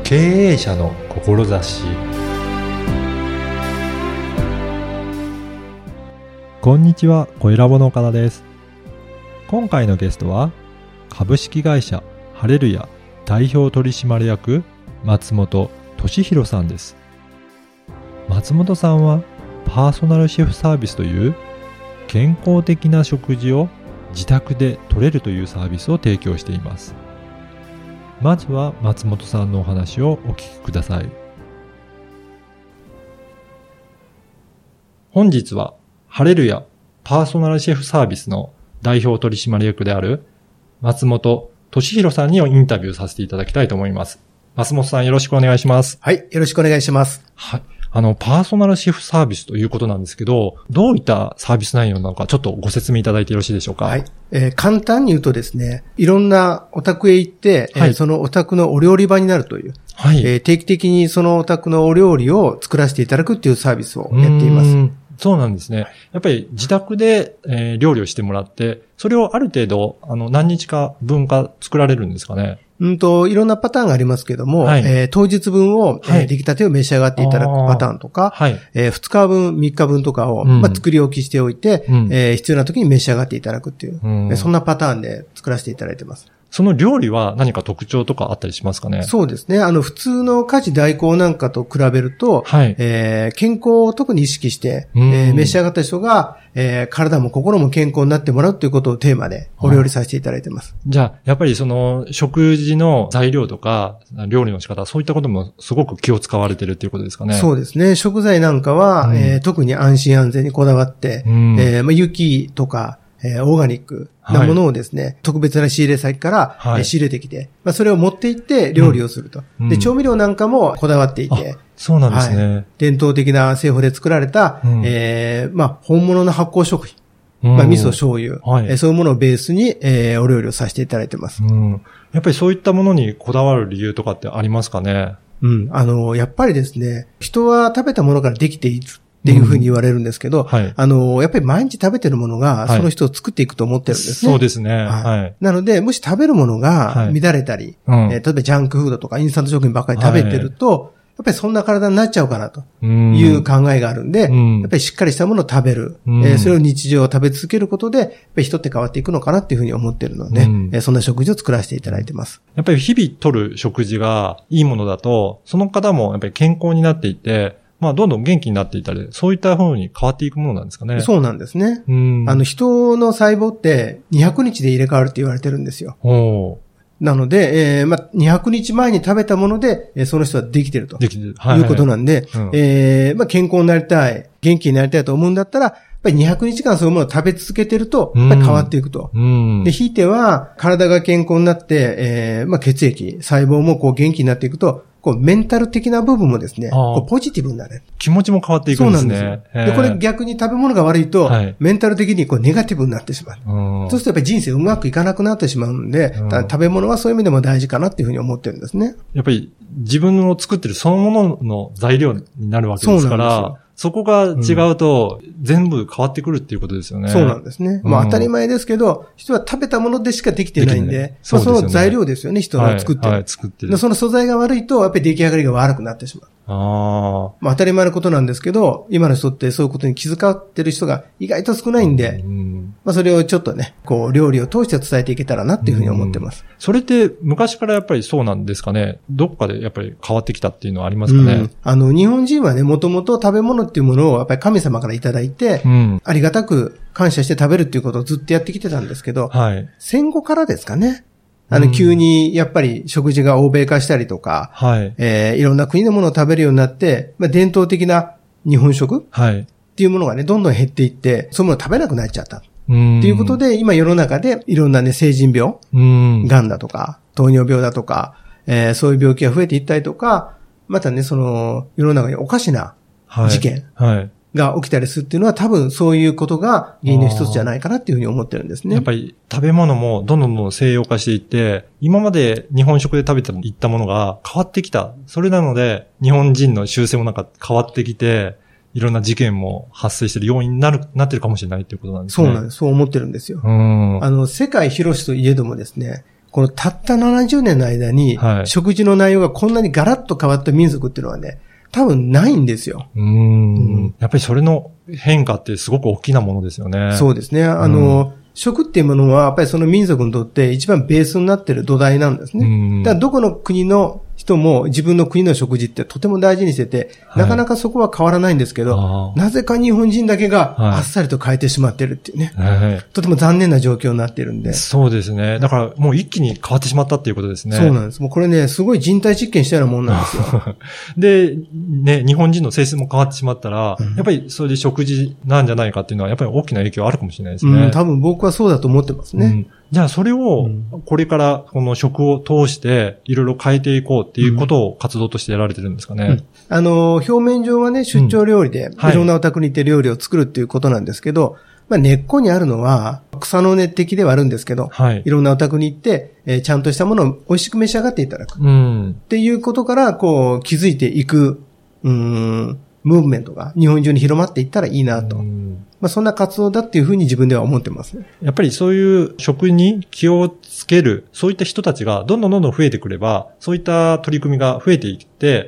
経営者の志。こんにちは、小ラボの岡田です。今回のゲストは株式会社ハレルヤ代表取締役松本俊弘さんです。松本さんはパーソナルシェフサービスという健康的な食事を自宅で取れるというサービスを提供しています。まずは松本さんのお話をお聞きください。本日はハレルヤパーソナルシェフサービスの代表取締役である松本俊弘さんにインタビューさせていただきたいと思います。松本さん、よろしくお願いします。 はい、よろしくお願いします。 はい。パーソナルシェフサービスということなんですけど、どういったサービス内容なのかちょっとご説明いただいてよろしいでしょうか。 はい。簡単に言うとですね、いろんなお宅へ行って、はい、そのお宅のお料理場になるという、はい、定期的にそのお宅のお料理を作らせていただくっていうサービスをやっています。 そうなんですね。やっぱり自宅で、料理をしてもらって、それをある程度、何日か分か作られるんですかね。 いろんなパターンがありますけども、はい、当日分を、出来たてを召し上がっていただくパターンとか、はい、2日分、3日分とかを、作り置きしておいて、必要な時に召し上がっていただくっていう、そんなパターンで作らせていただいてます。 その料理は何か特徴とかあったりしますかね？ そうですね。普通の家事代行なんかと比べると、はい、健康を特に意識して、召し上がった人が、体も心も健康になってもらうということをテーマでお料理させていただいてます。 じゃあ、やっぱりその食事の材料とか料理の仕方、そういったこともすごく気を使われてるっていうことですかね？ そうですね。食材なんかは、特に安心安全にこだわって、雪とか、オーガニックなものをですね、はい、特別な仕入れ先から、仕入れてきて、それを持って行って料理をすると。で、調味料なんかもこだわっていて、 そうなんですね。 はい、伝統的な製法で作られた、本物の発酵食品、味噌、醤油、そういうものをベースに、お料理をさせていただいてます。 やっぱりそういったものにこだわる理由とかってありますかね？ やっぱりですね、人は食べたものからできている。っていうふうに言われるんですけど、はい、やっぱり毎日食べてるものが、その人を作っていくと思ってるんですね。 そうですね。はい。 なので、もし食べるものが乱れたり、例えばジャンクフードとかインスタント食品ばっかり食べてると、やっぱりそんな体になっちゃうかなという考えがあるんで、やっぱりしっかりしたものを食べる。それを日常食べ続けることで、やっぱり人って変わっていくのかなっていうふうに思っているので、そんな食事を作らせていただいてます。 やっぱり日々取る食事がいいものだと、その方もやっぱり健康になっていて、どんどん元気になっていたり、そういった風に変わっていくものなんですかね。 そうなんですね。人の細胞って200日で入れ替わるって言われてるんですよ。なので、200日前に食べたもので、その人はできてると。いうことなんで、健康になりたい、元気になりたいと思うんだったら、やっぱり200日間そういうものを食べ続けてると、やっぱり変わっていくと。で、ひいては、体が健康になって、血液、細胞もこう元気になっていくと、メンタル的な部分もですね、ポジティブになる。 気持ちも変わっていくんですね。 そうなんですよ。で、これ逆に食べ物が悪いと、メンタル的にネガティブになってしまう。そうするとやっぱり人生うまくいかなくなってしまうんで、食べ物はそういう意味でも大事かなっていうふうに思ってるんですね。 やっぱり自分の作ってるそのものの材料になるわけですから、そこが違うと、全部変わってくるっていうことですよね。 そうなんですね。当たり前ですけど、人は食べたものでしかできてないんで、その材料ですよね、人が作ってる。作ってる。その素材が悪いと、やっぱり出来上がりが悪くなってしまう。当たり前のことなんですけど、今の人ってそういうことに気遣ってる人が意外と少ないんで、それをちょっとね、料理を通して伝えていけたらなっていうふうに思ってます。 それって昔からやっぱりそうなんですかね？どっかでやっぱり変わってきたっていうのはありますかね？ 日本人はね、もともと食べ物っていうものをやっぱり神様からいただいて、ありがたく感謝して食べるっていうことをずっとやってきてたんですけど、戦後からですかね。急にやっぱり食事が欧米化したりとか、いろんな国のものを食べるようになって、伝統的な日本食っていうものがね、どんどん減っていって、そういうものを食べなくなっちゃった。っていうことで、今世の中でいろんなね、成人病、癌だとか、糖尿病だとか、そういう病気が増えていったりとか、またね、世の中におかしな事件が起きたりするっていうのは多分そういうことが原因の一つじゃないかなっていうふうに思ってるんですね。 やっぱり食べ物もどんどん西洋化していって、今まで日本食で食べていったものが変わってきた。それなので日本人の習性も変わってきて、いろんな事件も発生している要因になってるかもしれないということなんですね。 そうなんです。そう思ってるんですよ。世界広しといえどもですね、 このたった70年の間に、食事の内容がこんなにガラッと変わった民族っていうのはね、多分ないんですよ。 やっぱりそれの変化ってすごく大きなものですよね。 そうですね。食っていうものは、やっぱりその民族にとって一番ベースになっている土台なんですね。だからどこの国の人も自分の国の食事ってとても大事にしてて、なかなかそこは変わらないんですけど、なぜか日本人だけがあっさりと変えてしまってるっていうね。とても残念な状況になっているんで。 そうですね。だからもう一気に変わってしまったっていうことですね。 そうなんです。もうこれね、すごい人体実験したようなもんなんですよ。 で、ね、日本人の性質も変わってしまったら、やっぱりそれで食事なんじゃないかっていうのはやっぱり大きな影響あるかもしれないですね。 多分僕はそうだと思ってますね。 じゃあそれを、これからこの食を通していろいろ変えていこうっていうことを活動としてやられてるんですかね。 表面上はね、出張料理で、いろんなお宅に行って料理を作るっていうことなんですけど、根っこにあるのは、草の根的ではあるんですけど、いろんなお宅に行って、ちゃんとしたものを美味しく召し上がっていただく。っていうことから、こう、気づいていく、ムーブメントが日本中に広まっていったらいいなと。そんな活動だっていうふうに自分では思ってます。 やっぱりそういう食に気をつける、そういった人たちがどんどん増えてくれば、そういった取り組みが増えていって、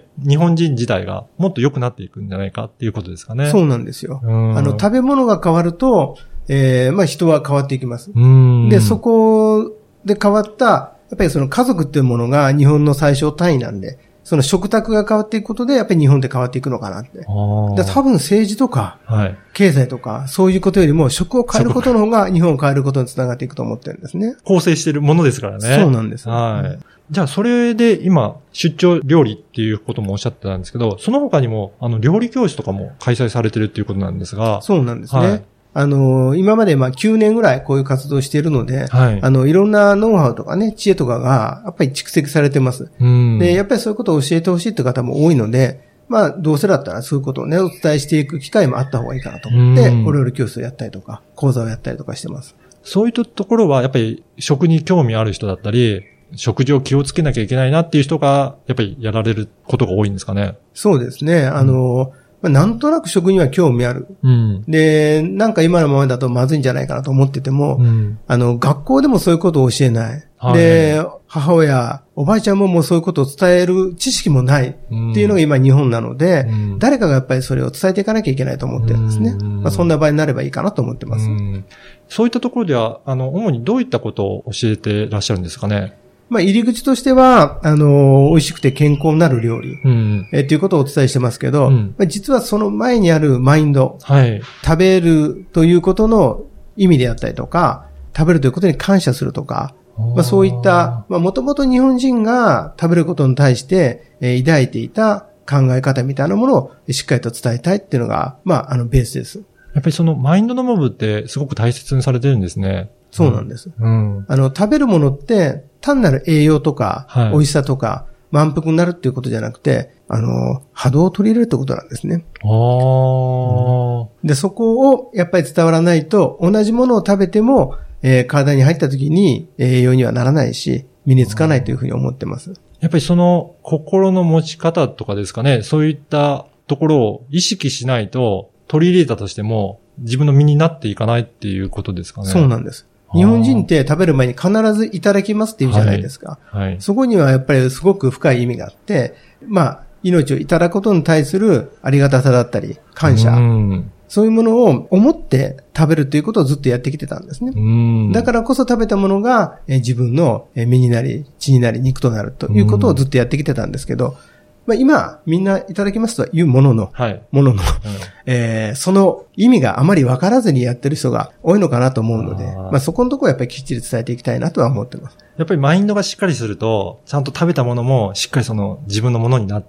日本人自体がもっと良くなっていくんじゃないかっていうことですかね。 そうなんですよ。食べ物が変わると、人は変わっていきます。で、そこで変わった、やっぱりその家族っていうものが日本の最小単位なんで、その食卓が変わっていくことで、やっぱり日本で変わっていくのかなって。多分政治とか、経済とか、そういうことよりも食を変えることの方が日本を変えることにつながっていくと思ってるんですね。 構成しているものですからね。 そうなんです。 じゃあ、それで今、出張料理っていうこともおっしゃってたんですけど、その他にも、料理教室とかも開催されてるっていうことなんですが。 そうなんですね。今まで9年ぐらいこういう活動をしているので、いろんなノウハウとかね、知恵とかが、やっぱり蓄積されてます。で、やっぱりそういうことを教えてほしいって方も多いので、どうせだったらそういうことをね、お伝えしていく機会もあった方がいいかなと思って、お料理教室をやったりとか、講座をやったりとかしてます。 そういったところは、やっぱり食に興味ある人だったり、食事を気をつけなきゃいけないなっていう人が、やっぱりやられることが多いんですかね。 そうですね。なんとなく食には興味ある。で、なんか今のままだとまずいんじゃないかなと思ってても、学校でもそういうことを教えない。で、母親、おばあちゃんももうそういうことを伝える知識もないっていうのが今日本なので、誰かがやっぱりそれを伝えていかなきゃいけないと思ってるんですね。そんな場合になればいいかなと思ってます。 そういったところでは、主にどういったことを教えてらっしゃるんですかね。 入り口としては、美味しくて健康になる料理、っていうことをお伝えしてますけど、実はその前にあるマインド、食べるということの意味であったりとか、食べるということに感謝するとか、そういった、もともと日本人が食べることに対して、抱いていた考え方みたいなものをしっかりと伝えたいっていうのが、ベースです。 やっぱりそのマインドの部分ってすごく大切にされてるんですね。 そうなんです。食べるものって単なる栄養とか、美味しさとか、満腹になるっていうことじゃなくて、波動を取り入れるってことなんですね。で、そこをやっぱり伝わらないと、同じものを食べても、体に入った時に栄養にはならないし、身につかないというふうに思ってます。 やっぱりその心の持ち方とかですかね、そういったところを意識しないと、取り入れたとしても、自分の身になっていかないっていうことですかね。 そうなんです。日本人って食べる前に必ずいただきますって言うじゃないですか。そこにはやっぱりすごく深い意味があって、命をいただくことに対するありがたさだったり、感謝。そういうものを思って食べるということをずっとやってきてたんですね。だからこそ食べたものが自分の身になり、血になり、肉となるということをずっとやってきてたんですけど、今、みんないただきますというものの、その意味があまり分からずにやってる人が多いのかなと思うので、そこのところはやっぱりきっちり伝えていきたいなとは思ってます。 やっぱりマインドがしっかりすると、ちゃんと食べたものもしっかりその自分のものになって、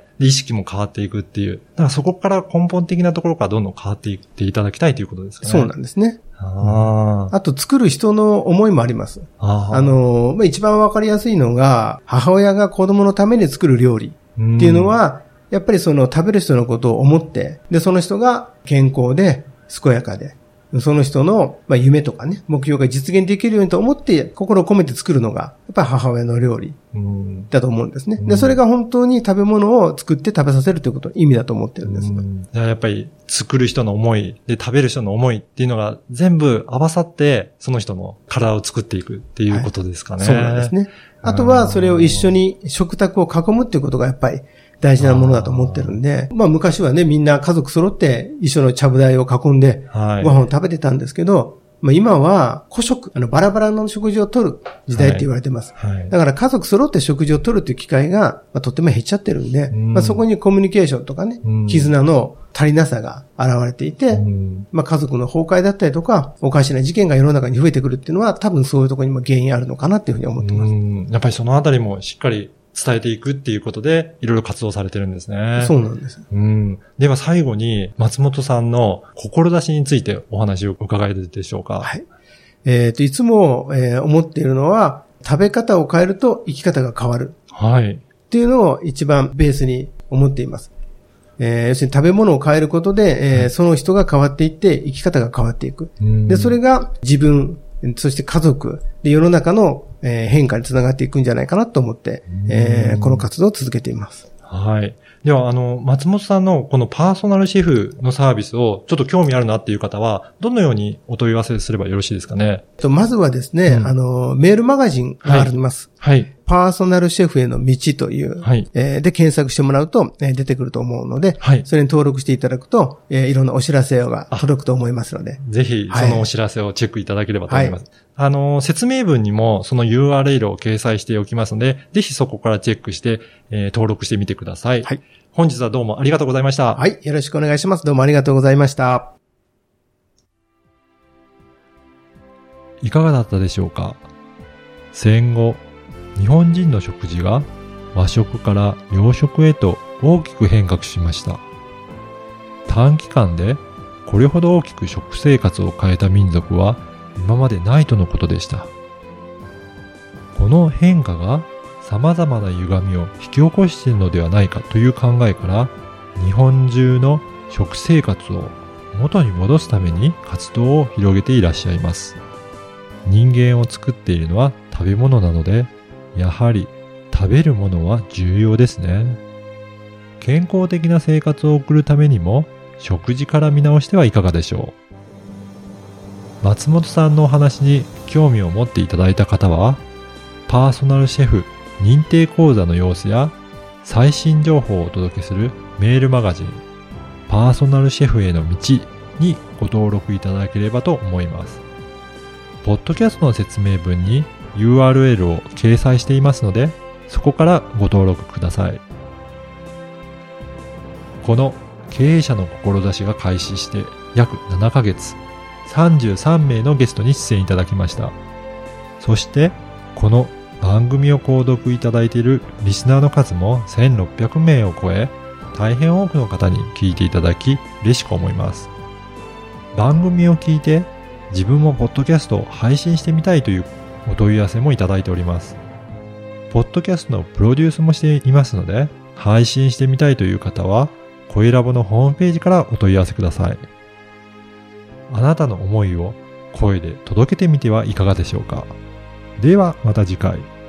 意識も変わっていくっていう。だからそこから根本的なところからどんどん変わっていっていただきたいということですかね。 そうなんですね。あと作る人の思いもあります。一番わかりやすいのが、母親が子供のために作る料理っていうのは、やっぱりその食べる人のことを思って、で、その人が健康で、健やかで、 その人の、夢とかね、目標が実現できるようにと思って、心を込めて作るのが、やっぱり母親の料理だと思うんですね。で、それが本当に食べ物を作って食べさせるということ、意味だと思ってるんです。 じゃあやっぱり作る人の思いで食べる人の思いっていうのが全部合わさって、その人の体を作っていくっていうことですかね。 そうなんですね。あとはそれを一緒に食卓を囲むっていうことがやっぱり大事なものだと思ってるんで、昔はね、みんな家族揃って一緒のちゃぶ台を囲んでご飯を食べてたんですけど、今は個食、バラバラの食事を取る時代って言われてます。だから家族揃って食事を取るっていう機会が、とっても減っちゃってるんで、そこにコミュニケーションとかね、絆の足りなさが現れていて、家族の崩壊だったりとか、おかしな事件が世の中に増えてくるっていうのは、多分そういうところにも原因あるのかなっていうふうに思ってます。 やっぱりそのあたりもしっかり伝えていくっていうことで、いろいろ活動されてるんですね。 そうなんです。 では最後に、松本さんの志についてお話を伺えるでしょうか。 はい。いつも、思っているのは、食べ方を変えると生き方が変わる。はい。っていうのを一番ベースに思っています。要するに食べ物を変えることで、その人が変わっていって生き方が変わっていく。で、それが自分、そして家族で世の中の変化につながっていくんじゃないかなと思って、この活動を続けています。 はい。では、松本さんのこのパーソナルシェフのサービスをちょっと興味あるなっていう方は、どのようにお問い合わせすればよろしいですかね。 まずはですね、メールマガジンがあります。はい。パーソナルシェフへの道という、はい。で検索してもらうと、出てくると思うので、はい。それに登録していただくと、いろんなお知らせが届くと思いますので。 ぜひ、そのお知らせをチェックいただければと思います。はい。説明文にもその URL を掲載しておきますので、ぜひそこからチェックして、登録してみてください。はい。本日はどうもありがとうございました。 はい。よろしくお願いします。どうもありがとうございました。 いかがだったでしょうか。戦後、日本人の食事が和食から洋食へと大きく変革しました。短期間でこれほど大きく食生活を変えた民族は今までないとのことでした。この変化が様々な歪みを引き起こしているのではないかという考えから、日本中の食生活を元に戻すために活動を広げていらっしゃいます。人間を作っているのは食べ物なので、やはり食べるものは重要ですね。健康的な生活を送るためにも食事から見直してはいかがでしょう。松本さんのお話に興味を持っていただいた方は、パーソナルシェフ認定講座の様子や最新情報をお届けするメールマガジン、パーソナルシェフへの道にご登録いただければと思います。ポッドキャストの説明文に URL を掲載していますので、そこからご登録ください。この経営者の志が開始して約7ヶ月、33名のゲストに出演いただきました。そしてこの番組を購読いただいているリスナーの数も1600名を超え、大変多くの方に聞いていただき嬉しく思います。番組を聞いて自分もポッドキャストを配信してみたいというお問い合わせもいただいております。ポッドキャストのプロデュースもしていますので、配信してみたいという方は声ラボのホームページからお問い合わせください。あなたの思いを声で届けてみてはいかがでしょうか。ではまた次回。